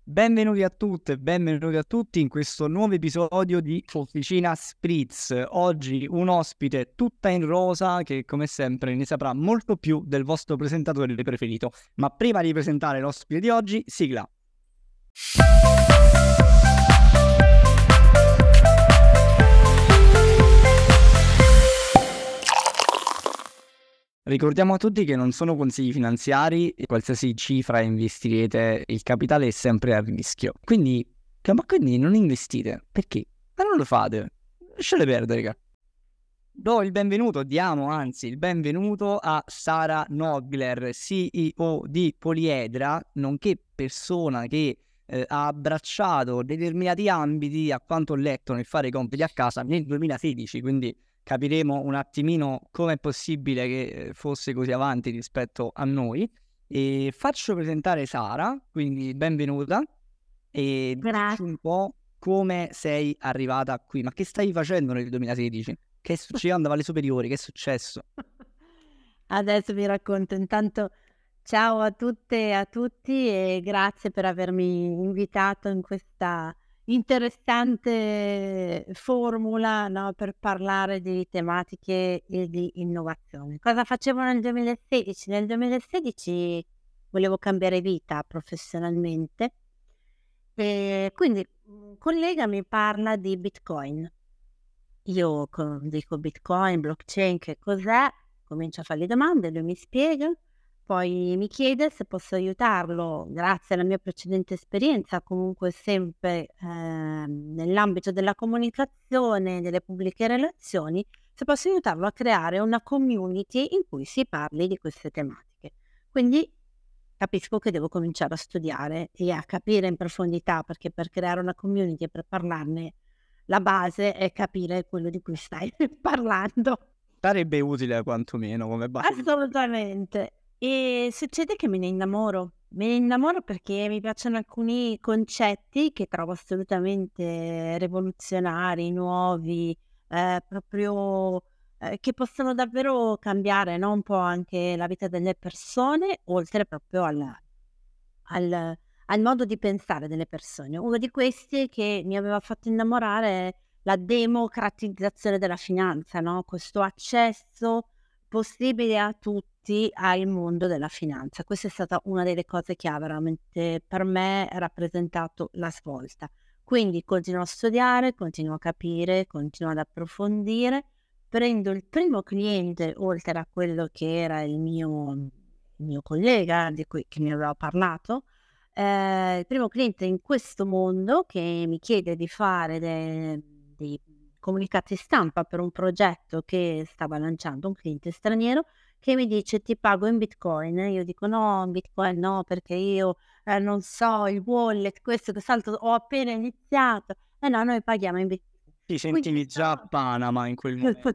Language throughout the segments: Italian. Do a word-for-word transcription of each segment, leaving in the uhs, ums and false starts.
Benvenuti a tutte e benvenuti a tutti in questo nuovo episodio di Officina Spritz. Oggi un ospite tutta in rosa che come sempre ne saprà molto più del vostro presentatore preferito. Ma prima di presentare l'ospite di oggi, sigla. Ricordiamo a tutti che non sono consigli finanziari e qualsiasi cifra investirete, il capitale è sempre a rischio. Quindi, ma quindi non investite. Perché? Ma non lo fate. Lasciate perdere, raga. Do il benvenuto, diamo anzi il benvenuto a Sara Nogler, C E O di Poliedra, nonché persona che eh, ha abbracciato determinati ambiti, a quanto ho letto, nel fare i compiti a casa nel duemilasedici, quindi capiremo un attimino come è possibile che fosse così avanti rispetto a noi. E faccio presentare Sara, quindi benvenuta, e dici un po' come sei arrivata qui. Ma che stai facendo nel duemilasedici? Che è successo? Andava alle superiori, che è successo? Adesso vi racconto. Intanto ciao a tutte e a tutti e grazie per avermi invitato in questa interessante formula, no, per parlare di tematiche e di innovazione. Cosa facevo nel duemilasedici? Nel duemilasedici volevo cambiare vita professionalmente e quindi un collega mi parla di Bitcoin. Io co- dico Bitcoin, blockchain, che cos'è? Comincio a fargli domande, lui mi spiega, poi mi chiede se posso aiutarlo, grazie alla mia precedente esperienza, comunque sempre ehm, nell'ambito della comunicazione, delle pubbliche relazioni, se posso aiutarlo a creare una community in cui si parli di queste tematiche. Quindi capisco che devo cominciare a studiare e a capire in profondità, perché per creare una community e per parlarne la base è capire quello di cui stai parlando. Sarebbe utile quantomeno come base. Assolutamente. E succede che me ne innamoro. Me ne innamoro perché mi piacciono alcuni concetti che trovo assolutamente rivoluzionari, nuovi, eh, proprio eh, che possono davvero cambiare, no? Un po' anche la vita delle persone, oltre proprio al, al, al modo di pensare delle persone. Uno di questi che mi aveva fatto innamorare è la democratizzazione della finanza, no? Questo accesso possibile a tutti al mondo della finanza. Questa è stata una delle cose che ha veramente per me rappresentato la svolta. Quindi continuo a studiare, continuo a capire, continuo ad approfondire, prendo il primo cliente oltre a quello che era il mio, il mio collega di cui che mi aveva parlato, eh, il primo cliente in questo mondo che mi chiede di fare de- dei comunicati stampa per un progetto che stava lanciando un cliente straniero, che mi dice ti pago in Bitcoin. Io dico no, in Bitcoin no, perché io eh, non so, il wallet, questo, quest'altro, ho appena iniziato. Eh no, noi paghiamo in Bitcoin. Ti sentivi già a Panama in quel momento.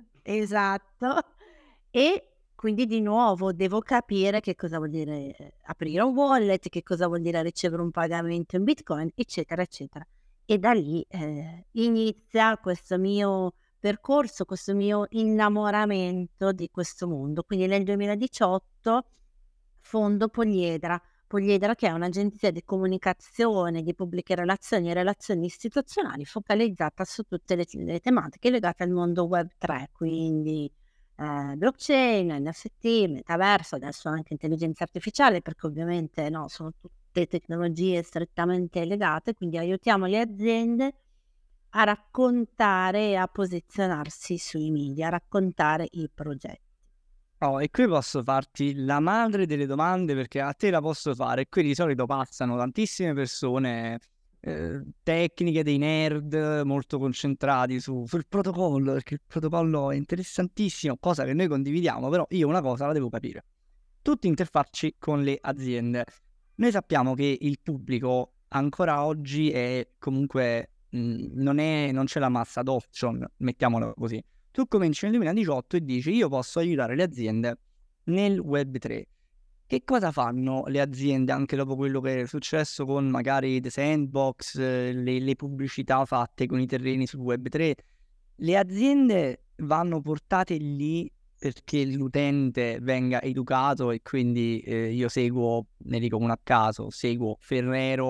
Esatto. E quindi di nuovo devo capire che cosa vuol dire eh, aprire un wallet, che cosa vuol dire ricevere un pagamento in Bitcoin, eccetera, eccetera. E da lì eh, inizia questo mio percorso, questo mio innamoramento di questo mondo. Quindi nel duemiladiciotto fondo Poliedra, Poliedra che è un'agenzia di comunicazione, di pubbliche relazioni e relazioni istituzionali focalizzata su tutte le, le tematiche legate al mondo web tre, quindi eh, blockchain, N F T, metaverso, adesso anche intelligenza artificiale, perché ovviamente no, sono tutte tecnologie strettamente legate, quindi aiutiamo le aziende a raccontare e a posizionarsi sui media, a raccontare i progetti. Oh, e qui posso farti la madre delle domande perché a te la posso fare. Qui di solito passano tantissime persone eh, tecniche, dei nerd molto concentrati su, sul protocollo, perché il protocollo è interessantissimo, cosa che noi condividiamo, però io una cosa la devo capire. Tu ti interfacci con le aziende. Noi sappiamo che il pubblico ancora oggi è comunque mh, non, è, non c'è la mass adoption, mettiamolo così. Tu cominci nel duemiladiciotto e dici io posso aiutare le aziende nel web tre. Che cosa fanno le aziende anche dopo quello che è successo con magari The Sandbox, eh, le, le pubblicità fatte con i terreni sul web tre? Le aziende vanno portate lì perché l'utente venga educato e quindi eh, io seguo, ne dico uno a caso, seguo Ferrero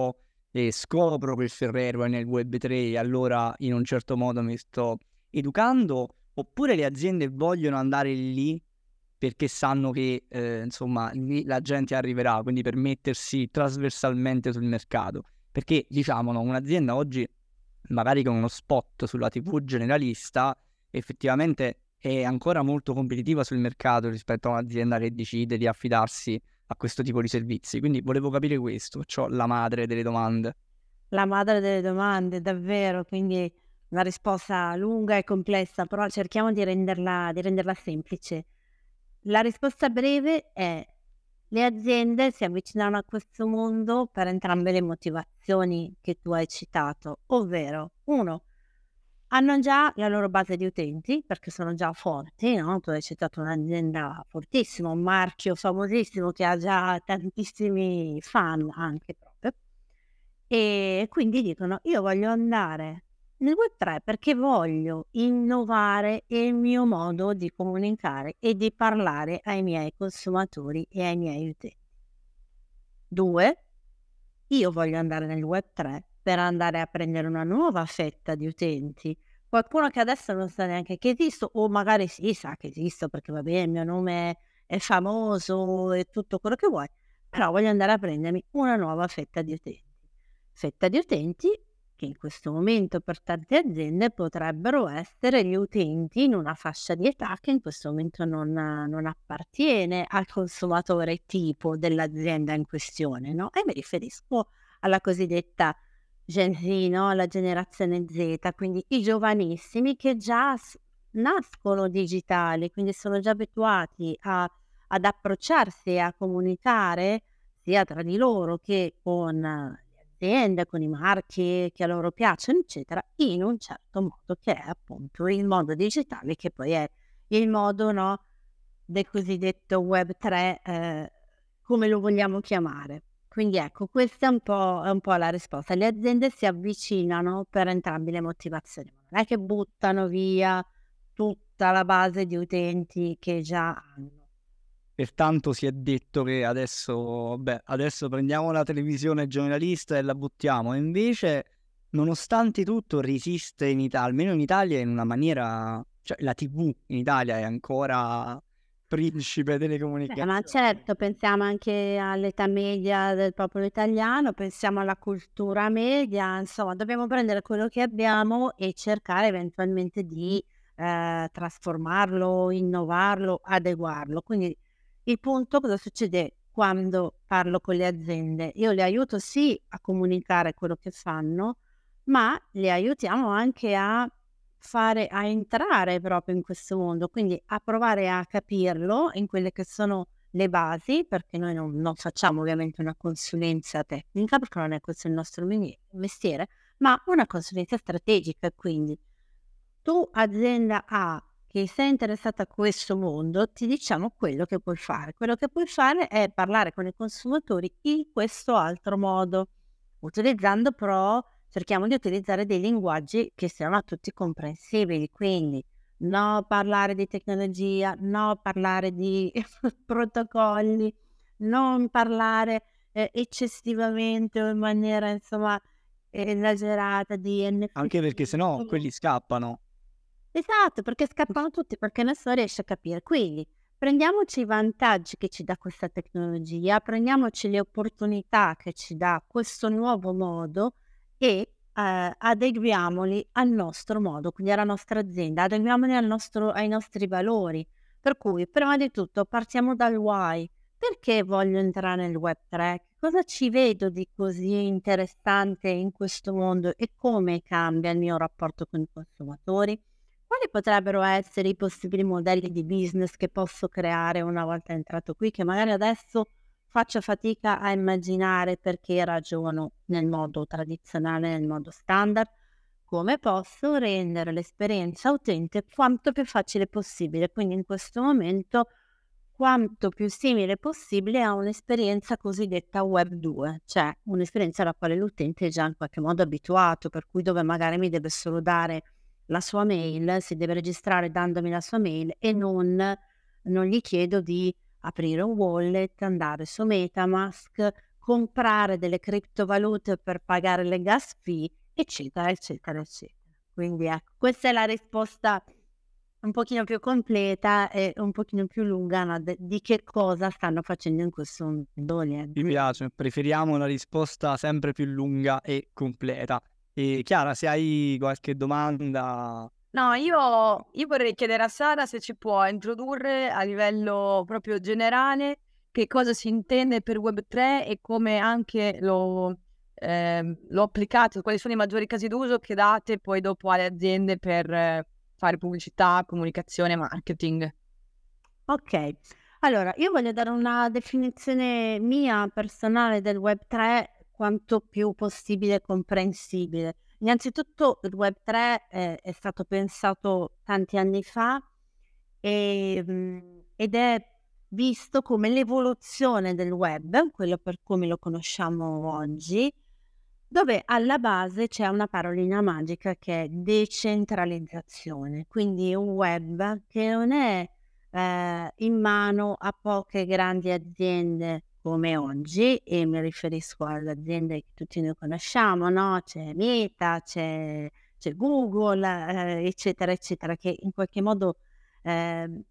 e scopro che il Ferrero è nel web tre e allora in un certo modo mi sto educando, oppure le aziende vogliono andare lì perché sanno che eh, insomma lì la gente arriverà, quindi per mettersi trasversalmente sul mercato. Perché diciamolo, un'azienda oggi magari con uno spot sulla tivù generalista effettivamente è ancora molto competitiva sul mercato rispetto a un'azienda che decide di affidarsi a questo tipo di servizi. Quindi volevo capire questo, cioè la madre delle domande. La madre delle domande, davvero, quindi una risposta lunga e complessa, però cerchiamo di renderla, di renderla semplice. La risposta breve è: le aziende si avvicinano a questo mondo per entrambe le motivazioni che tu hai citato, ovvero, uno, hanno già la loro base di utenti perché sono già forti, no? Tu hai citato un'azienda fortissima, un marchio famosissimo che ha già tantissimi fan anche proprio. E quindi dicono: io voglio andare nel web tre perché voglio innovare il mio modo di comunicare e di parlare ai miei consumatori e ai miei utenti. Due, io voglio andare nel web tre per andare a prendere una nuova fetta di utenti, qualcuno che adesso non sa neanche che esisto, o magari sì, sa che esisto perché va bene, il mio nome è famoso e tutto quello che vuoi, però voglio andare a prendermi una nuova fetta di utenti. Fetta di utenti che in questo momento per tante aziende potrebbero essere gli utenti in una fascia di età che in questo momento non, non appartiene al consumatore tipo dell'azienda in questione, no? E mi riferisco alla cosiddetta Gen Z, no? La generazione Z, quindi i giovanissimi che già s- nascono digitali, quindi sono già abituati a- ad approcciarsi e a comunicare sia tra di loro che con eh, le aziende, con i marchi che a loro piacciono, eccetera, in un certo modo che è appunto il modo digitale, che poi è il modo, no, del cosiddetto web tre, eh, come lo vogliamo chiamare. Quindi ecco, questa è un po', è un po' la risposta. Le aziende si avvicinano per entrambe le motivazioni, ma non è che buttano via tutta la base di utenti che già hanno. Pertanto si è detto che adesso, beh, adesso prendiamo la televisione generalista e la buttiamo, e invece, nonostante tutto, resiste in Italia, almeno in Italia, in una maniera, cioè la tivù in Italia è ancora principe delle Beh, ma comunicazioni. certo, pensiamo anche all'età media del popolo italiano, pensiamo alla cultura media, insomma, dobbiamo prendere quello che abbiamo e cercare eventualmente di eh, trasformarlo, innovarlo, adeguarlo. Quindi il punto cosa succede quando parlo con le aziende? Io le aiuto sì a comunicare quello che fanno, ma le aiutiamo anche a fare a entrare proprio in questo mondo, quindi a provare a capirlo in quelle che sono le basi, perché noi non non facciamo ovviamente una consulenza tecnica, perché non è questo il nostro menie mestiere, ma una consulenza strategica. Quindi tu azienda A che sei interessata a questo mondo, ti diciamo quello che puoi fare. Quello che puoi fare è parlare con i consumatori in questo altro modo, utilizzando però cerchiamo di utilizzare dei linguaggi che siano a tutti comprensibili, quindi no parlare di tecnologia, no parlare di protocolli, non parlare, ehm, eccessivamente o in maniera insomma esagerata di Anche perché N F T. sennò quelli scappano. Esatto, perché scappano tutti, perché nessuno riesce a capire. Quindi prendiamoci i vantaggi che ci dà questa tecnologia, prendiamoci le opportunità che ci dà questo nuovo modo e eh, adeguiamoli al nostro modo, quindi alla nostra azienda, adeguiamoli al nostro- ai nostri valori. Per cui, prima di tutto, partiamo dal why. Perché voglio entrare nel web tre? Cosa ci vedo di così interessante in questo mondo e come cambia il mio rapporto con i consumatori? Quali potrebbero essere i possibili modelli di business che posso creare una volta entrato qui, che magari adesso faccio fatica a immaginare perché ragiono nel modo tradizionale, nel modo standard? Come posso rendere l'esperienza utente quanto più facile possibile? Quindi in questo momento quanto più simile possibile a un'esperienza cosiddetta web due, cioè un'esperienza alla quale l'utente è già in qualche modo abituato, per cui dove magari mi deve solo dare la sua mail, si deve registrare dandomi la sua mail e non non gli chiedo di aprire un wallet, andare su MetaMask, comprare delle criptovalute per pagare le gas fee, eccetera, eccetera, eccetera. Quindi ecco, questa è la risposta un pochino più completa e un pochino più lunga, no, de di che cosa stanno facendo in questo momento gli Mi piace, preferiamo una risposta sempre più lunga e completa. E Chiara, se hai qualche domanda. No, io, io vorrei chiedere a Sara se ci può introdurre a livello proprio generale che cosa si intende per web tre e come anche lo, ehm, lo applicate, quali sono i maggiori casi d'uso che date poi dopo alle aziende per eh, fare pubblicità, comunicazione, marketing. Ok, allora io voglio dare una definizione mia personale del web tre quanto più possibile comprensibile. Innanzitutto il web tre eh, è stato pensato tanti anni fa e, mm, ed è visto come l'evoluzione del web, quello per come lo conosciamo oggi, dove alla base c'è una parolina magica che è decentralizzazione, quindi un web che non è eh, in mano a poche grandi aziende come oggi, e mi riferisco alle aziende che tutti noi conosciamo, no? C'è Meta, c'è, c'è Google, eh, eccetera, eccetera, che in qualche modo eh,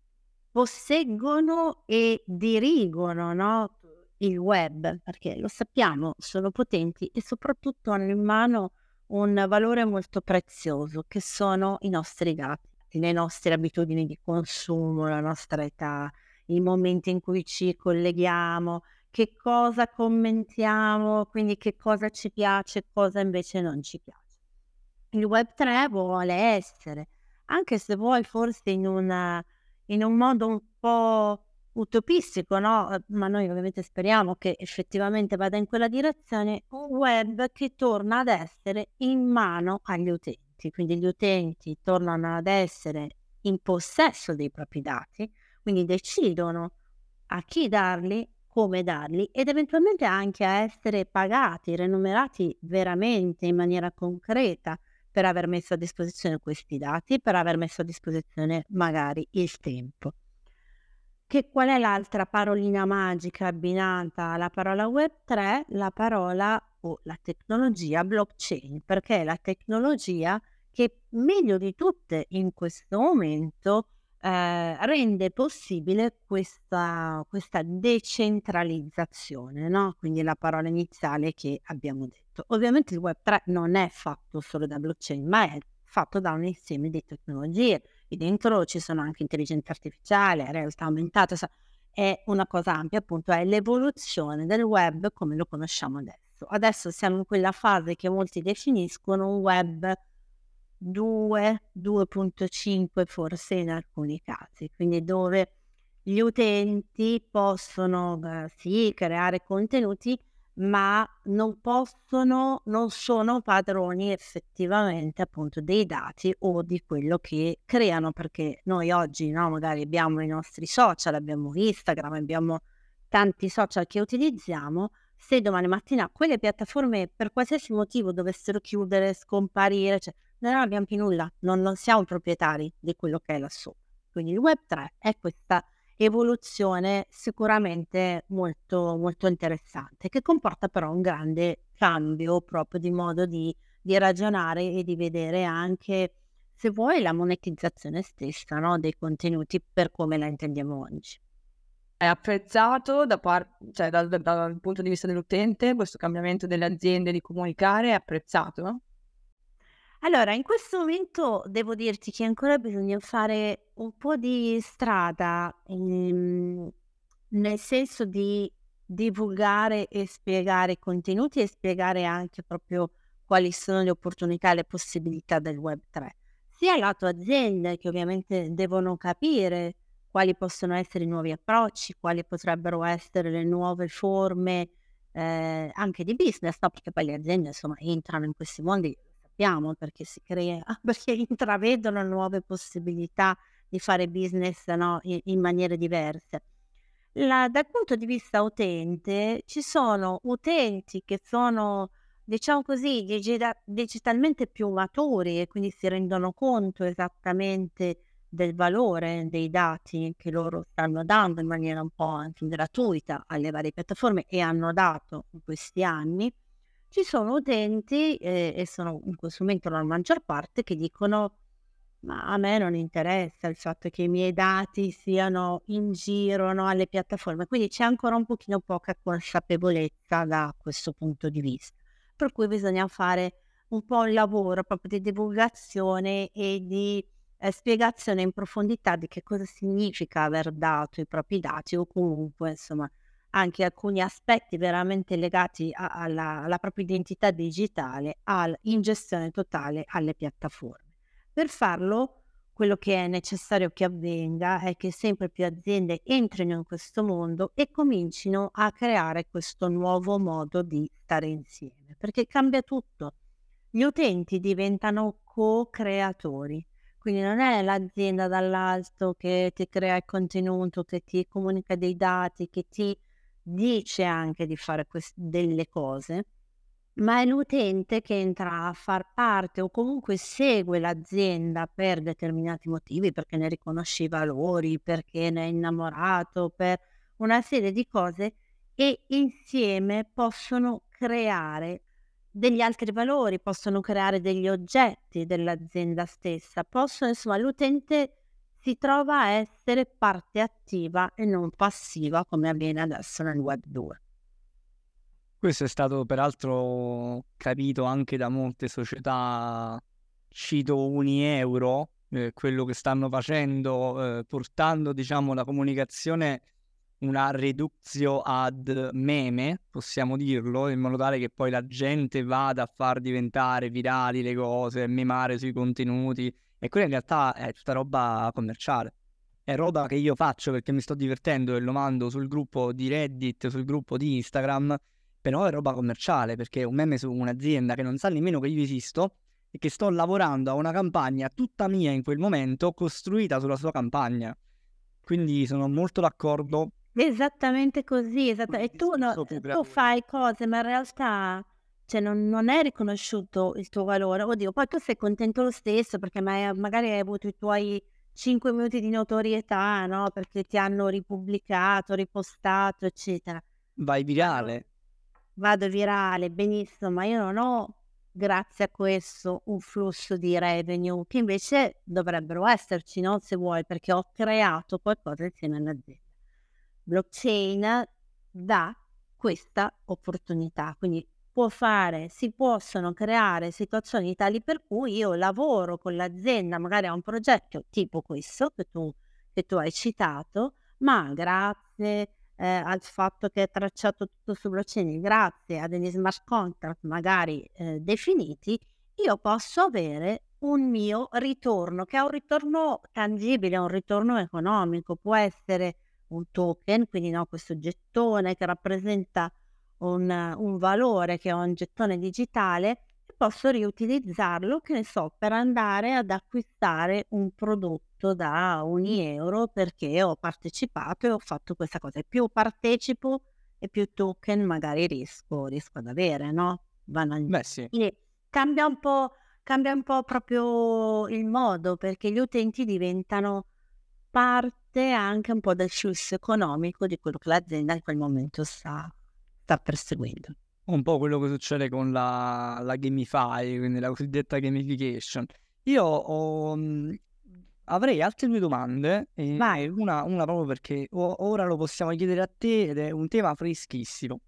posseggono e dirigono, no, il web, perché lo sappiamo, sono potenti e soprattutto hanno in mano un valore molto prezioso, che sono i nostri dati, le nostre abitudini di consumo, la nostra età, i momenti in cui ci colleghiamo, che cosa commentiamo, quindi che cosa ci piace, cosa invece non ci piace. Il web tre vuole essere, anche se vuoi forse in una in un modo un po' utopistico, no, ehm, ma noi ovviamente speriamo che effettivamente vada in quella direzione, un web che torna ad essere in mano agli utenti. Quindi gli utenti tornano ad essere in possesso dei propri dati, quindi decidono a chi darli, come darli ed eventualmente anche a essere pagati, remunerati veramente in maniera concreta per aver messo a disposizione questi dati, per aver messo a disposizione magari il tempo. Che qual è l'altra parolina magica abbinata alla parola web tre? La parola o la tecnologia blockchain, perché è la tecnologia che meglio di tutte in questo momento eh, rende possibile questa, questa decentralizzazione, no? Quindi la parola iniziale che abbiamo detto. Ovviamente il web tre non è fatto solo da blockchain, ma è fatto da un insieme di tecnologie. E dentro ci sono anche intelligenza artificiale, realtà aumentata, sa- è una cosa ampia, appunto, è l'evoluzione del web come lo conosciamo adesso. Adesso siamo in quella fase che molti definiscono un web due, due punto cinque forse in alcuni casi, quindi dove gli utenti possono eh, sì creare contenuti, ma non possono, non sono padroni effettivamente appunto dei dati o di quello che creano, perché noi oggi, no, magari abbiamo i nostri social, abbiamo Instagram, abbiamo tanti social che utilizziamo. Se domani mattina quelle piattaforme per qualsiasi motivo dovessero chiudere, scomparire, cioè, noi non abbiamo più nulla, non, non siamo proprietari di quello che è là sopra. Quindi il web tre è questa evoluzione sicuramente molto, molto interessante, che comporta però un grande cambio proprio di modo di, di ragionare e di vedere anche, se vuoi, la monetizzazione stessa, no, dei contenuti per come la intendiamo oggi. È apprezzato da par- cioè, dal, dal- dal punto di vista dell'utente questo cambiamento delle aziende di comunicare è apprezzato? Allora, in questo momento devo dirti che ancora bisogna fare un po' di strada, ehm, nel senso di divulgare e spiegare i contenuti e spiegare anche proprio quali sono le opportunità e le possibilità del web tre. Sia lato aziende che ovviamente devono capire quali possono essere i nuovi approcci, quali potrebbero essere le nuove forme eh, anche di business, no? Perché poi le aziende insomma entrano in questi mondi, sappiamo, perché si crea, perché intravedono nuove possibilità di fare business, no, in, in maniere diverse. La- dal punto di vista utente, ci sono utenti che sono, diciamo così, digita- digitalmente più maturi e quindi si rendono conto esattamente del valore dei dati che loro stanno dando in maniera un po' anche gratuita alle varie piattaforme e hanno dato in questi anni, ci sono utenti, eh, e sono in questo momento la maggior parte, che dicono: ma a me non interessa il fatto che i miei dati siano in giro, no, alle piattaforme. Quindi c'è ancora un pochino poca consapevolezza da questo punto di vista. Per cui bisogna fare un po' un lavoro proprio di divulgazione e di eh, spiegazione in profondità di che cosa significa aver dato i propri dati, o comunque, insomma, anche alcuni aspetti veramente legati a- alla, alla propria identità digitale, all'ingestione totale alle piattaforme. Per farlo, quello che è necessario che avvenga è che sempre più aziende entrino in questo mondo e comincino a creare questo nuovo modo di stare insieme, perché cambia tutto. Gli utenti diventano co-creatori, quindi non è l'azienda dall'alto che ti crea il contenuto, che ti comunica dei dati, che ti dice anche di fare quest- delle cose, ma è l'utente che entra a far parte o comunque segue l'azienda per determinati motivi, perché ne riconosce i valori, perché ne è innamorato, per una serie di cose, e insieme possono creare degli altri valori, possono creare degli oggetti dell'azienda stessa, possono, insomma, l'utente si trova a essere parte attiva e non passiva come avviene adesso nel web due. Questo è stato peraltro capito anche da molte società, cito Unieuro, eh, quello che stanno facendo, eh, portando, diciamo, la comunicazione una reductio ad meme, possiamo dirlo, in modo tale che poi la gente vada a far diventare virali le cose, memare sui contenuti, e quella in realtà è tutta roba commerciale. È roba che io faccio perché mi sto divertendo e lo mando sul gruppo di Reddit, sul gruppo di Instagram, però è roba commerciale, perché è un meme su un'azienda che non sa nemmeno che io esisto e che sto lavorando a una campagna tutta mia in quel momento, costruita sulla sua campagna. Quindi sono molto d'accordo. Esattamente così, esatta con il e tu no discorso tu co-creatore. fai cose, ma in realtà, cioè non non è riconosciuto il tuo valore. Oddio, poi tu sei contento lo stesso perché ma magari hai avuto i tuoi cinque minuti di notorietà, no, perché ti hanno ripubblicato, ripostato, eccetera. Vai Vado virale. vado virale, benissimo, ma io non ho, grazie a questo, un flusso di revenue che invece dovrebbero esserci, no, se vuoi, perché ho creato qualcosa insieme all'azienda. Blockchain dà questa opportunità, quindi può fare, si possono creare situazioni tali per cui io lavoro con l'azienda, magari a un progetto tipo questo che tu, che tu hai citato, ma grazie eh, al fatto che è tracciato tutto su blockchain, grazie a degli smart contract magari eh, definiti, io posso avere un mio ritorno, che è un ritorno tangibile, un ritorno economico, può essere un token, quindi no, questo gettone che rappresenta un, un valore, che è un gettone digitale, e posso riutilizzarlo, che ne so, per andare ad acquistare un prodotto da un euro perché ho partecipato e ho fatto questa cosa. E più partecipo e più token magari riesco, riesco ad avere, no? Vanno Beh sì, quindi cambia un po', cambia un po' proprio il modo, perché gli utenti diventano parte anche un po' del flusso economico di quello che l'azienda in quel momento sta, sta perseguendo. un po' quello che succede con la, la gamify, quindi la cosiddetta gamification. Io ho, mh, avrei altre due domande, e Vai. una, una proprio perché o- ora lo possiamo chiedere a te ed è un tema freschissimo.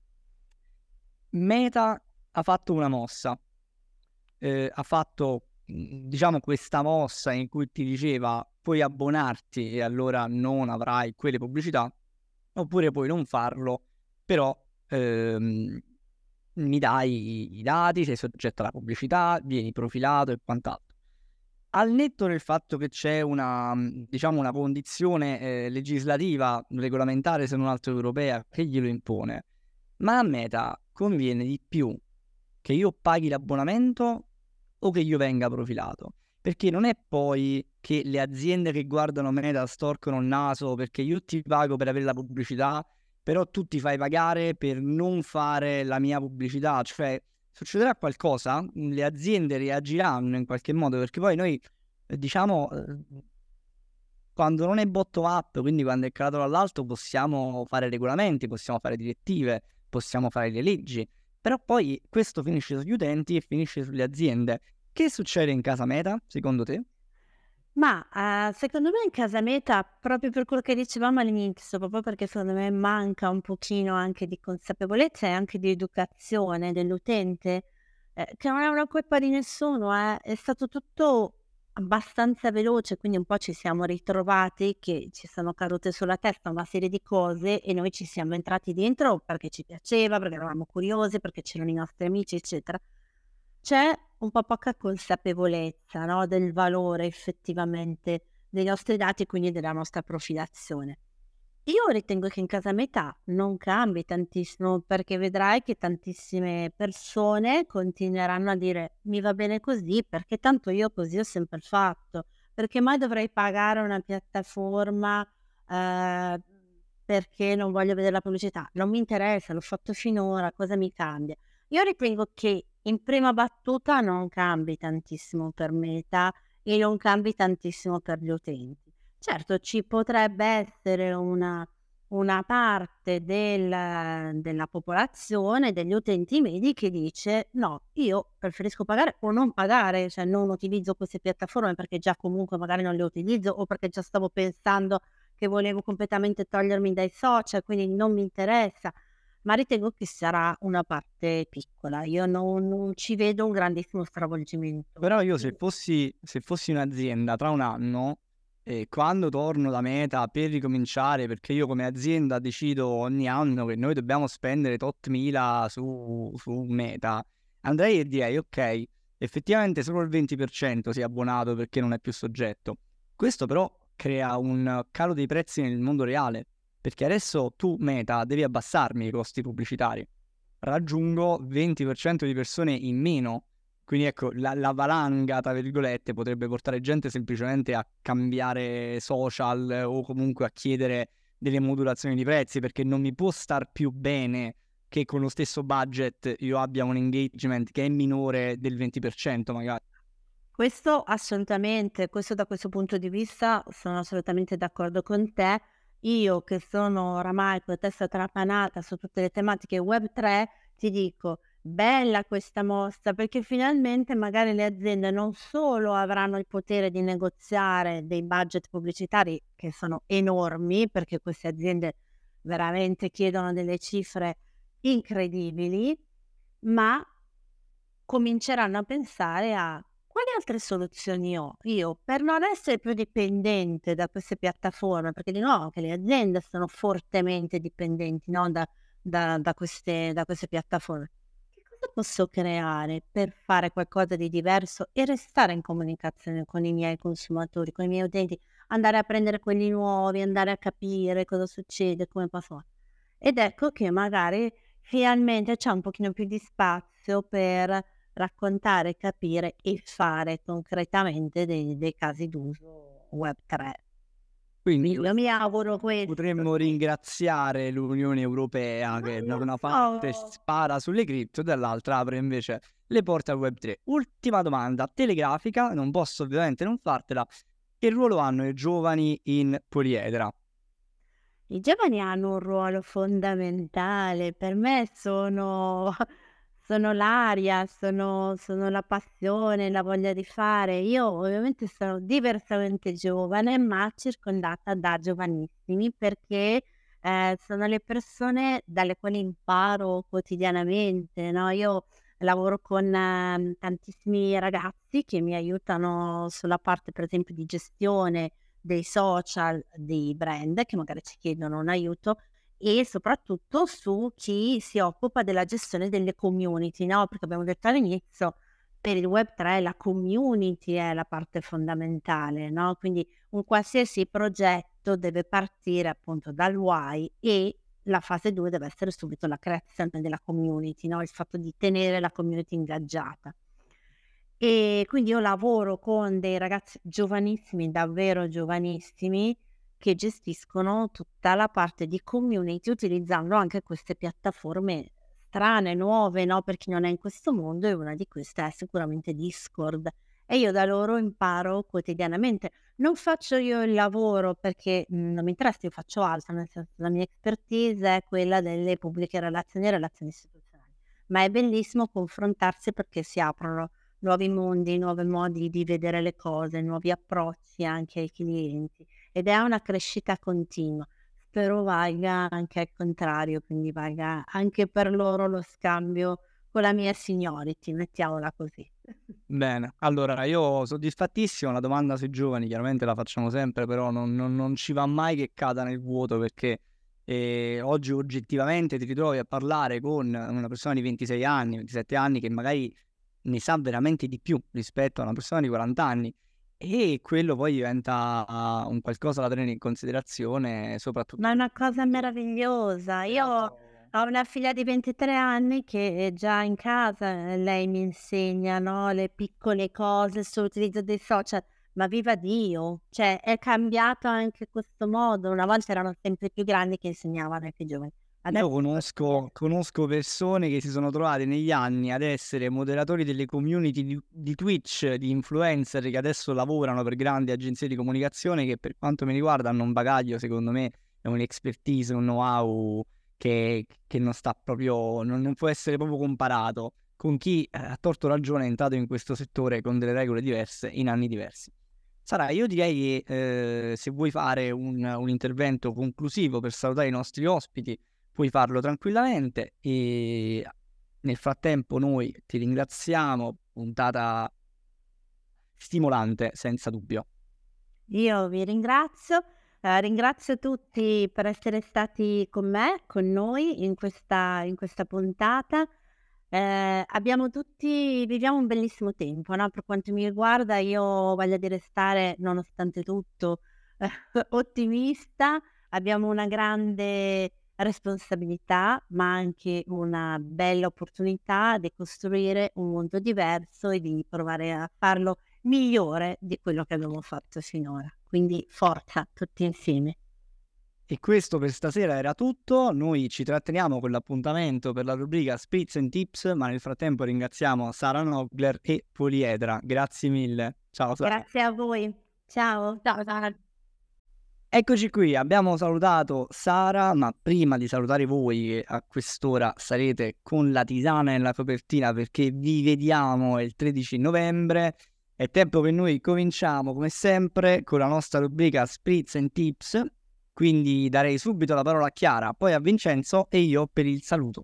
Meta ha fatto una mossa, eh, ha fatto, mh, diciamo, questa mossa in cui ti diceva puoi abbonarti e allora non avrai quelle pubblicità, oppure puoi non farlo, però ehm, mi dai i, i dati, sei soggetto alla pubblicità, vieni profilato e quant'altro. Al netto del fatto che c'è una, mh, diciamo, una condizione eh, legislativa, regolamentare, se non altro europea, che glielo impone, ma a Meta conviene di più che io paghi l'abbonamento o che io venga profilato? Perché non è poi che le aziende che guardano Meta storcono il naso perché io ti pago per avere la pubblicità, però tu ti fai pagare per non fare la mia pubblicità. Cioè, succederà qualcosa, le aziende reagiranno in qualche modo, perché poi noi, eh, diciamo, eh, quando non è bottom up, quindi quando è calato dall'alto, possiamo fare regolamenti, possiamo fare direttive, possiamo fare le leggi, però poi questo finisce sugli utenti e finisce sulle aziende. Che succede in casa Meta, secondo te? Ma eh, secondo me in casa Meta, proprio per quello che dicevamo all'inizio, proprio perché secondo me manca un pochino anche di consapevolezza e anche di educazione dell'utente, eh, che non è una colpa di nessuno, eh, è stato tutto abbastanza veloce, quindi un po' ci siamo ritrovati che ci sono cadute sulla testa una serie di cose e noi ci siamo entrati dentro perché ci piaceva, perché eravamo curiosi, perché c'erano i nostri amici, eccetera. C'è un po' poca consapevolezza, no, del valore effettivamente dei nostri dati e quindi della nostra profilazione. Io ritengo che in casa Meta non cambi tantissimo, perché vedrai che tantissime persone continueranno a dire mi va bene così perché tanto io così ho sempre fatto, perché mai dovrei pagare una piattaforma eh, perché non voglio vedere la pubblicità, non mi interessa, l'ho fatto finora, cosa mi cambia? Io ritengo che in prima battuta non cambi tantissimo per Meta e non cambi tantissimo per gli utenti. Certo, ci potrebbe essere una, una parte del- della popolazione, degli utenti medi, che dice no, io preferisco pagare o non pagare, cioè non utilizzo queste piattaforme perché già comunque magari non le utilizzo o perché già stavo pensando che volevo completamente togliermi dai social, quindi non mi interessa, ma ritengo che sarà una parte piccola. Io non, non ci vedo un grandissimo stravolgimento. Però io se fossi, se fossi un'azienda tra un anno, e quando torno da Meta per ricominciare, perché io come azienda decido ogni anno che noi dobbiamo spendere tot mila su, su Meta, andrei e direi ok, effettivamente solo il venti per cento si è abbonato perché non è più soggetto. Questo però crea un calo dei prezzi nel mondo reale, perché adesso tu Meta devi abbassarmi i costi pubblicitari. Raggiungo venti per cento di persone in meno. Quindi ecco, la, la valanga, tra virgolette, potrebbe portare gente semplicemente a cambiare social o comunque a chiedere delle modulazioni di prezzi, perché non mi può star più bene che con lo stesso budget io abbia un engagement che è minore del venti per cento magari. Questo assolutamente, questo da questo punto di vista sono assolutamente d'accordo con te. Io che sono oramai con la testa trapanata su tutte le tematiche web tre, ti dico, bella questa mossa, perché finalmente magari le aziende non solo avranno il potere di negoziare dei budget pubblicitari che sono enormi, perché queste aziende veramente chiedono delle cifre incredibili, ma cominceranno a pensare a quali altre soluzioni ho io per non essere più dipendente da queste piattaforme, perché di nuovo anche le aziende sono fortemente dipendenti, no, da, da, da queste, da queste piattaforme. Che cosa posso creare per fare qualcosa di diverso e restare in comunicazione con i miei consumatori, con i miei utenti, andare a prendere quelli nuovi, andare a capire cosa succede, come posso. Ed ecco che magari finalmente c'è un pochino più di spazio per raccontare, capire e fare concretamente dei, dei casi d'uso web tre. Quindi Io mi auguro questo. potremmo ringraziare l'Unione Europea Ma che da non una parte so. spara sulle cripto, dall'altra apre invece le porte al web tre. Ultima domanda telegrafica, non posso ovviamente non fartela. Che ruolo hanno i giovani in poliedra? I giovani hanno un ruolo fondamentale, per me sono, sono l'aria, sono, sono la passione, la voglia di fare. Io ovviamente sono diversamente giovane, ma circondata da giovanissimi perché eh, sono le persone dalle quali imparo quotidianamente, no? Io lavoro con ehm, tantissimi ragazzi che mi aiutano sulla parte, per esempio, di gestione dei social, dei brand che magari ci chiedono un aiuto e soprattutto su chi si occupa della gestione delle community, no? Perché abbiamo detto all'inizio, per il web tre la community è la parte fondamentale, no? Quindi un qualsiasi progetto deve partire appunto dal why e la fase due deve essere subito la creazione della community, no? Il fatto di tenere la community ingaggiata. E quindi io lavoro con dei ragazzi giovanissimi, davvero giovanissimi, che gestiscono tutta la parte di community utilizzando anche queste piattaforme strane, nuove, no? Per chi non è in questo mondo e una di queste è sicuramente Discord. e io da loro imparo quotidianamente. Non faccio io il lavoro perché mh, non mi interessa, io faccio altro, nel senso la mia expertise è quella delle pubbliche relazioni e relazioni istituzionali, ma è bellissimo confrontarsi perché si aprono nuovi mondi, nuovi modi di vedere le cose, nuovi approcci anche ai clienti ed è una crescita continua. Spero valga anche al contrario, quindi valga anche per loro lo scambio con la mia seniority, mettiamola così. Bene, allora io soddisfattissimo, la domanda sui giovani chiaramente la facciamo sempre, però non, non- non ci va mai che cada nel vuoto perché eh, oggi oggettivamente ti ritrovi a parlare con una persona di ventisei anni, ventisette anni che magari ne sa veramente di più rispetto a una persona di quaranta anni e quello poi diventa ah, un qualcosa da tenere in considerazione soprattutto. Ma è una cosa meravigliosa. Io ho una figlia di ventitré anni che è già in casa, eh, lei mi insegna, no, le piccole cose sull'utilizzo dei social, ma viva Dio, cioè è cambiato anche questo modo. Una volta erano sempre più grandi che insegnavano ai più giovani. Io Adesso conosco, conosco persone che si sono trovate negli anni ad essere moderatori delle community di, di Twitch, di influencer che adesso lavorano per grandi agenzie di comunicazione che per quanto mi riguarda hanno un bagaglio, secondo me, è un'expertise, un know-how che, che non sta proprio, non, non può essere proprio comparato con chi eh, a torto ragione è entrato in questo settore con delle regole diverse in anni diversi. Sara, io direi che eh, se vuoi fare un, un intervento conclusivo per salutare i nostri ospiti, puoi farlo tranquillamente e nel frattempo noi ti ringraziamo, puntata stimolante senza dubbio. io vi ringrazio, eh, ringrazio tutti per essere stati con me, con noi in questa, in questa puntata. Eh, abbiamo tutti, viviamo un bellissimo tempo, no? Per quanto mi riguarda, io voglio di restare, nonostante tutto, ottimista. Abbiamo una grande responsabilità, ma anche una bella opportunità di costruire un mondo diverso e di provare a farlo migliore di quello che abbiamo fatto finora. Quindi forza, tutti insieme. E questo per stasera era tutto, noi ci tratteniamo con l'appuntamento per la rubrica Spritz and Tips, ma nel frattempo ringraziamo Sara Nogler e Poliedra, grazie mille, ciao Sara. Grazie a voi, ciao. Ciao, Sara. Eccoci qui, abbiamo salutato Sara, ma prima di salutare voi che a quest'ora sarete con la tisana nella copertina perché vi vediamo il tredici novembre, è tempo che noi cominciamo come sempre con la nostra rubrica Spritz and Tips, quindi darei subito la parola a Chiara, poi a Vincenzo e io per il saluto.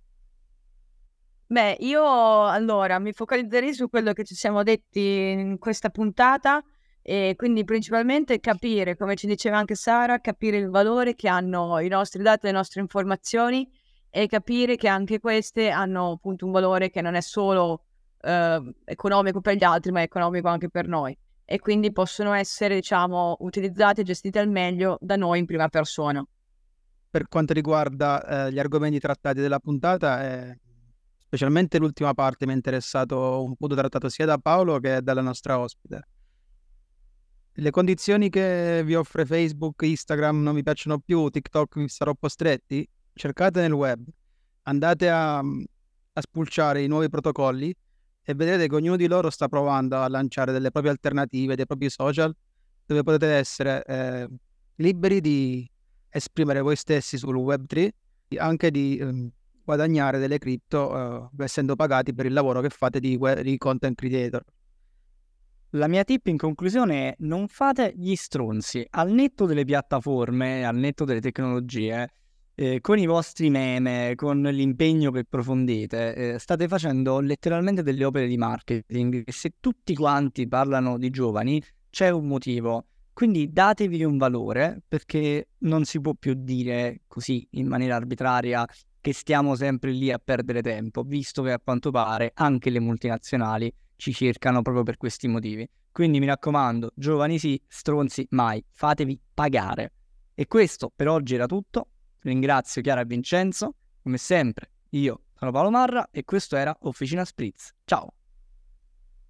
Beh, io allora mi focalizzerei su quello che ci siamo detti in questa puntata e quindi principalmente capire, come ci diceva anche Sara, capire il valore che hanno i nostri dati, le nostre informazioni e capire che anche queste hanno appunto un valore che non è solo eh, economico per gli altri, ma è economico anche per noi e quindi possono essere, diciamo, utilizzate e gestite al meglio da noi in prima persona. Per quanto riguarda eh, gli argomenti trattati della puntata, eh, specialmente l'ultima parte mi è interessato un punto trattato sia da Paolo che dalla nostra ospite. Le condizioni che vi offre Facebook, Instagram non vi piacciono più, TikTok vi sta troppo stretti? Cercate nel web, andate a, a spulciare i nuovi protocolli e vedrete che ognuno di loro sta provando a lanciare delle proprie alternative, dei propri social, dove potete essere eh, liberi di esprimere voi stessi sul web tre, anche di eh, guadagnare delle cripto eh, essendo pagati per il lavoro che fate di, di content creator. La mia tip in conclusione è non fate gli stronzi, al netto delle piattaforme, al netto delle tecnologie, eh, con i vostri meme, con l'impegno che approfondite, eh, state facendo letteralmente delle opere di marketing e se tutti quanti parlano di giovani c'è un motivo, quindi datevi un valore perché non si può più dire così in maniera arbitraria che stiamo sempre lì a perdere tempo, visto che a quanto pare anche le multinazionali ci cercano proprio per questi motivi. Quindi mi raccomando, giovani sì, stronzi mai, fatevi pagare. E questo per oggi era tutto. Ringrazio Chiara e Vincenzo. Come sempre, io sono Paolo Marra e questo era Officina Spritz. Ciao!